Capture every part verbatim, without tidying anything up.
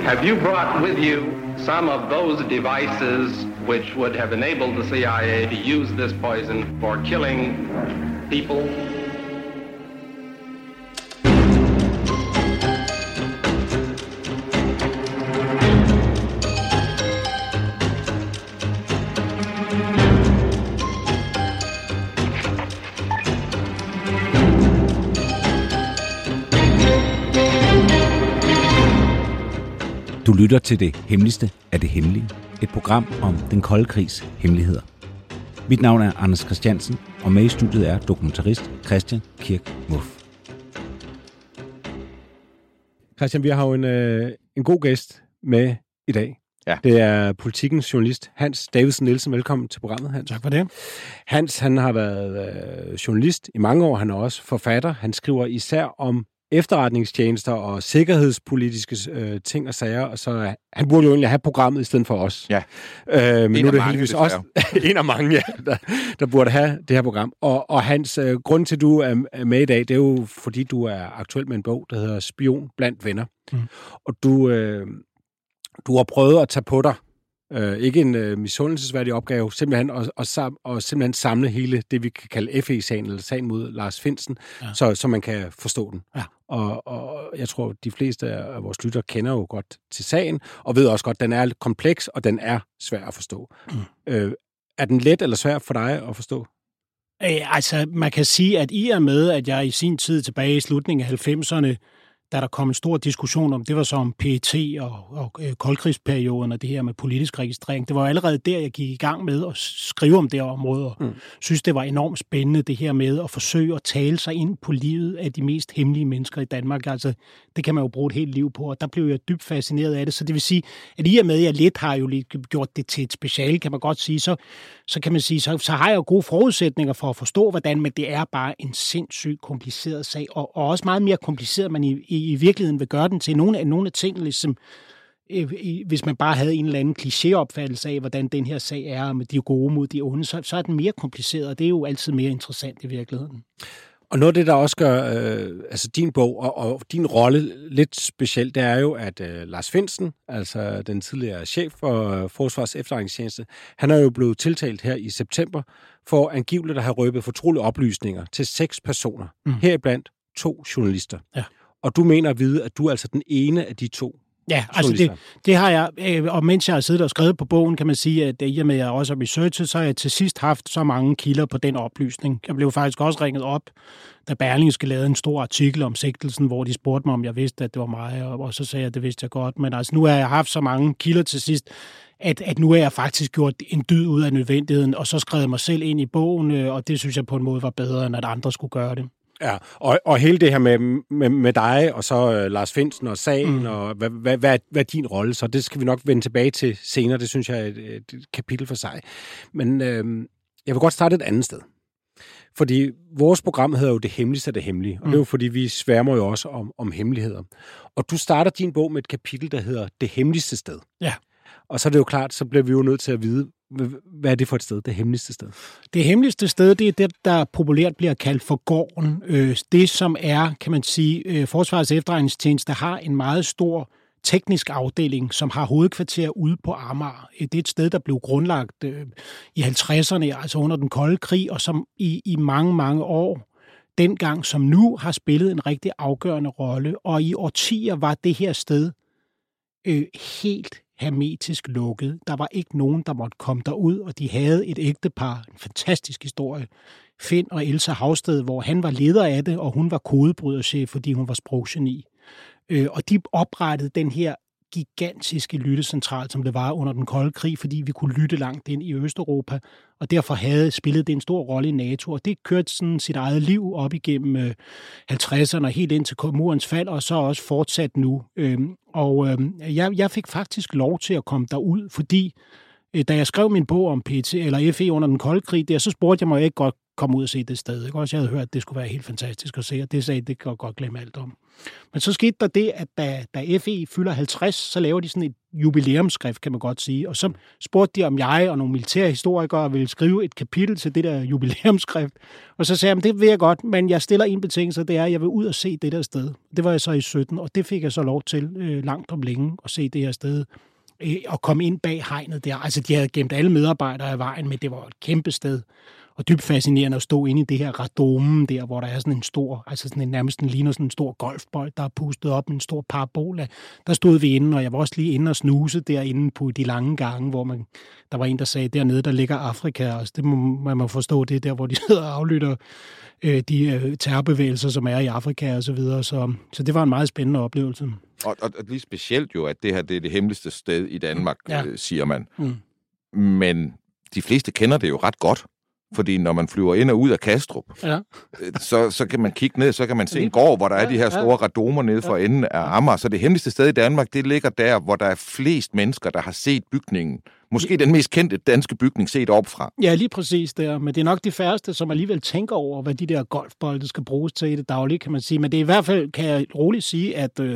Have you brought with you some of those devices which would have enabled the C I A to use this poison for killing people? Du lytter til Det Hemmeligste af det Hemmelige, et program om den kolde krigs hemmeligheder. Mit navn er Anders Christiansen, og med i studiet er dokumentarist Christian Kirk Muff. Christian, vi har jo en, øh, en god gæst med i dag. Ja. Det er Politikens journalist Hans Davidsen Nielsen. Velkommen til programmet, Hans. Tak for det. Hans, han har været øh, journalist i mange år. Han er også forfatter. Han skriver især om efterretningstjenester og sikkerhedspolitiske øh, ting og sager, og så han burde jo egentlig have programmet i stedet for os. Ja. Øh, men en nu er det mange, heldigvis også en af mange, ja, der, der burde have det her program. Og, og Hans, øh, grund til, at du er, er med i dag, det er jo, fordi du er aktuel med en bog, der hedder Spion blandt venner. Mm. Og du, øh, du har prøvet at tage på dig, øh, ikke en øh, misundelsesværdig opgave, simpelthen og, og, sam, og simpelthen samle hele det, vi kan kalde F E-sagen, eller sagen mod Lars Findsen, ja. så, så man kan forstå den. Ja. Og, og jeg tror, de fleste af vores lyttere kender jo godt til sagen, og ved også godt, at den er kompleks, og den er svær at forstå. Mm. Øh, er den let eller svær for dig at forstå? Øh, altså, man kan sige, at i og med, at jeg i sin tid tilbage i slutningen af halvfemserne, da der kom en stor diskussion om, det var så om P E T og, og øh, koldkrigsperioden og det her med politisk registrering. Det var allerede der, jeg gik i gang med at skrive om det her område, og mm. synes, det var enormt spændende, det her med at forsøge at tale sig ind på livet af de mest hemmelige mennesker i Danmark. Altså, det kan man jo bruge et helt liv på, og der blev jeg dybt fascineret af det. Så det vil sige, at i og med, at jeg lidt har jo lidt gjort det til et speciale, kan man godt sige, så, så kan man sige, så, så har jeg jo gode forudsætninger for at forstå, hvordan, men det er bare en sindssygt kompliceret sag, og, og også meget mere kompliceret, man i, i i virkeligheden vil gøre den til nogle af, nogle af tingene, ligesom, øh, hvis man bare havde en eller anden klichéopfattelse af, hvordan den her sag er med de gode mod de onde, så, så er den mere kompliceret, og det er jo altid mere interessant i virkeligheden. Og noget af det, der også gør øh, altså din bog og, og din rolle lidt speciel, det er jo, at øh, Lars Findsen, altså den tidligere chef for øh, Forsvars Efterretningstjeneste, han er jo blevet tiltalt her i september for angiveligt at have røbet fortrolige oplysninger til seks personer, mm. heriblandt to journalister. Ja. Og du mener at vide, at du er altså den ene af de to. Ja, altså det, det har jeg, og mens jeg har siddet og skrevet på bogen, kan man sige, at i og med, at jeg også har researchet, så har jeg til sidst haft så mange kilder på den oplysning. Jeg blev faktisk også ringet op, da Berlingske lavede en stor artikel om sigtelsen, hvor de spurgte mig, om jeg vidste, at det var mig, og så sagde jeg, at det vidste jeg godt. Men altså, nu har jeg haft så mange kilder til sidst, at, at nu har jeg faktisk gjort en dyd ud af nødvendigheden, og så skrev mig selv ind i bogen, og det synes jeg på en måde var bedre, end at andre skulle gøre det. Ja, og, og hele det her med, med, med dig, og så uh, Lars Findsen og sagen, mm. og hvad, hvad, hvad, hvad er din rolle? Så det skal vi nok vende tilbage til senere. Det synes jeg er et, et kapitel for sig. Men øh, jeg vil godt starte et andet sted. Fordi vores program hedder jo Det Hemmeligste af det Hemmelige, og mm. det er jo fordi, vi sværmer jo også om, om hemmeligheder. Og du starter din bog med et kapitel, der hedder Det Hemmeligste Sted. Ja. Og så er det jo klart, så bliver vi jo nødt til at vide, hvad er det for et sted, det hemmeligste sted? Det hemmeligste sted, det er det, der populært bliver kaldt for gården. Det, som er, kan man sige, Forsvarets Efterretningstjeneste har en meget stor teknisk afdeling, som har hovedkvarter ude på Amager. Det er et sted, der blev grundlagt i halvtredserne, altså under den kolde krig, og som i, i mange, mange år, dengang som nu, har spillet en rigtig afgørende rolle. Og i årtier var det her sted øh, helt hermetisk lukket. Der var ikke nogen, der måtte komme derud, og de havde et ægtepar, en fantastisk historie, Finn og Elsa Havsted, hvor han var leder af det, og hun var kodebryderchef, fordi hun var sproggeni. Øh, og de oprettede den her gigantiske lyttecentral, som det var under den kolde krig, fordi vi kunne lytte langt ind i Østeuropa, og derfor havde spillet det en stor rolle i NATO, og det kørte sådan sit eget liv op igennem øh, halvtredserne, helt ind til murens fald, og så også fortsat nu. Øh, og øh, jeg, jeg fik faktisk lov til at komme derud, fordi øh, da jeg skrev min bog om P E T, eller F E under den kolde krig, der, så spurgte jeg mig ikke godt, komme ud og se det sted. Ikke? Også jeg havde hørt, at det skulle være helt fantastisk at se, og det sagde, det kan jeg godt glemme alt om. Men så skete der det, at da, da F E fylder halvtreds, så laver de sådan et jubilæumsskrift, kan man godt sige. Og så spurgte de, om jeg og nogle militære historikere ville skrive et kapitel til det der jubilæumsskrift. Og så sagde jeg, det vil jeg godt, men jeg stiller en betingelse, det er, at jeg vil ud og se det der sted. Det var jeg så i sytten, og det fik jeg så lov til øh, langt om længe at se det her sted. Øh, og komme ind bag hegnet der. Altså, de havde gemt alle medarbejdere af vejen, men det var et kæmpe sted. Og dybt fascinerende at stå inde i det her radome der, hvor der er sådan en stor, altså sådan en, nærmest en, ligner sådan en stor golfbold, der er pustet op med en stor parabola. Der stod vi inde, og jeg var også lige inde og snuse derinde på de lange gange, hvor man, der var en, der sagde, dernede, der ligger Afrika, og det må man må forstå, det der, hvor de sidder og aflytter øh, de øh, terrorbevægelser, som er i Afrika og så videre. Så, så det var en meget spændende oplevelse. Og, og, og lige specielt jo, at det her det er det hemmeligste sted i Danmark, ja. øh, siger man. Mm. Men de fleste kender det jo ret godt. Fordi når man flyver ind og ud af Kastrup, ja. så, så kan man kigge ned, så kan man se en gård, hvor der er de her store radomer nede for enden af Amager. Så det hemmeligste sted i Danmark, det ligger der, hvor der er flest mennesker, der har set bygningen. Måske den mest kendte danske bygning set opfra. Ja, lige præcis der. Men det er nok de færreste, som alligevel tænker over, hvad de der golfbolde skal bruges til i det daglige, kan man sige. Men det er i hvert fald, kan jeg roligt sige, at... Øh,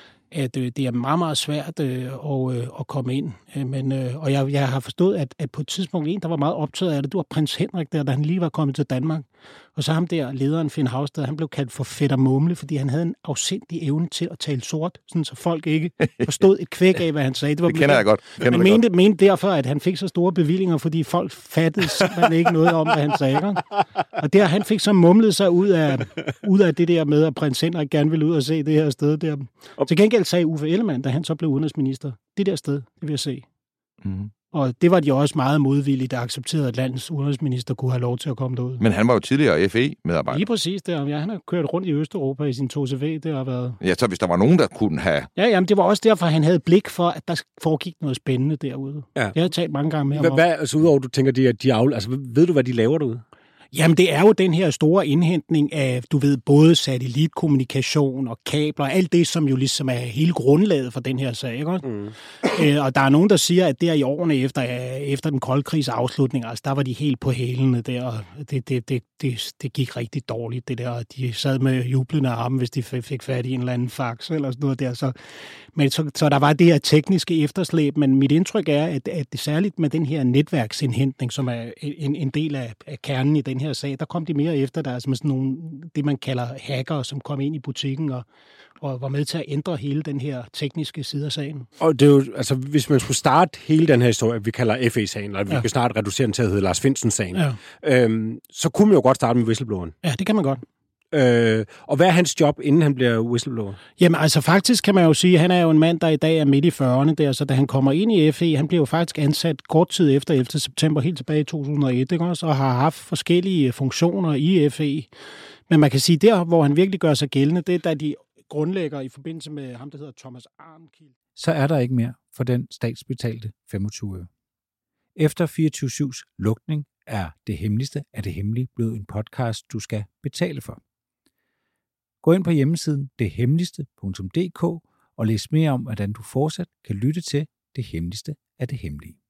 at øh, det er meget, meget svært øh, at, øh, at komme ind. Men, øh, og jeg, jeg har forstået, at, at på et tidspunkt en, der var meget optaget af det, du var prins Henrik der, da han lige var kommet til Danmark. Og så ham der, lederen Finn Hausted, han blev kaldt for Fætter Mumle, fordi han havde en afsindig evne til at tale sort, sådan så folk ikke forstod et kvæk af, hvad han sagde. Det, var, det kender jeg godt. Kender man mente, godt. mente derfor, at han fik så store bevillinger, fordi folk fattede simpelthen ikke noget om, hvad han sagde. Og der, han fik så mumlet sig ud af, ud af det der med, at prins Henrik gerne ville ud og se det her sted der. Til gengæld sagde Uffe Ellemann, da han så blev udenrigsminister, det der sted, det vil jeg se. Mm. Og det var de også meget modvillige, der accepterede, at landets udenrigsminister kunne have lov til at komme derud. Men han var jo tidligere F E-medarbejder. Lige præcis der. Ja, han har kørt rundt i Østeuropa i sin to C V. Det har været... Ja, så hvis der var nogen, der kunne have... Ja, jamen, det var også derfor, han havde blik for, at der foregik noget spændende derude. Ja. Jeg har talt mange gange med ham. Hvad, altså udover, du tænker, de, de afl... altså, ved du, hvad de laver derude? Jamen, det er jo den her store indhentning af, du ved, både satellitkommunikation og kabler, og alt det, som jo ligesom er hele grundlaget for den her sag, ikke også? Mm. Øh, og der er nogen, der siger, at der i årene efter, efter den kolde krigs afslutning, altså der var de helt på hælene der, og det, det, det, det, det gik rigtig dårligt, det der, og de sad med jublende arme, hvis de fik fat i en eller anden fax eller sådan noget der, så, men så, så der var det her tekniske efterslæb, men mit indtryk er, at, at det særligt med den her netværksindhentning, som er en, en del af, af kernen i den her sag, der kom de mere efter, der er sådan nogle, det man kalder hackere, som kom ind i butikken og, og var med til at ændre hele den her tekniske side af sagen. Og det er jo, altså hvis man skulle starte hele den her historie, vi kalder F E-sagen, eller vi ja. kan snart reducere den til at hedde Lars Findsen-sagen, ja. øhm, så kunne man jo godt starte med whistlebloweren. Ja, det kan man godt. Øh, og hvad er hans job, inden han bliver whistleblower? Jamen altså faktisk kan man jo sige, at han er jo en mand, der i dag er midt i fyrrerne der, så da han kommer ind i F E, han bliver jo faktisk ansat kort tid efter ellevte september, helt tilbage i to tusind og et, ikke også? Og har haft forskellige funktioner i F E. Men man kan sige, der hvor han virkelig gør sig gældende, det er da de grundlægger i forbindelse med ham, der hedder Thomas Arnkild. Så er der ikke mere for den statsbetalte femogtyve øre. Efter fireogtyve syvs lukning er Det Hemmeligste af det Hemmelige blevet en podcast, du skal betale for. Gå ind på hjemmesiden det hemmeligste punktum d k og læs mere om, hvordan du fortsat kan lytte til Det Hemmeligste af det Hemmelige.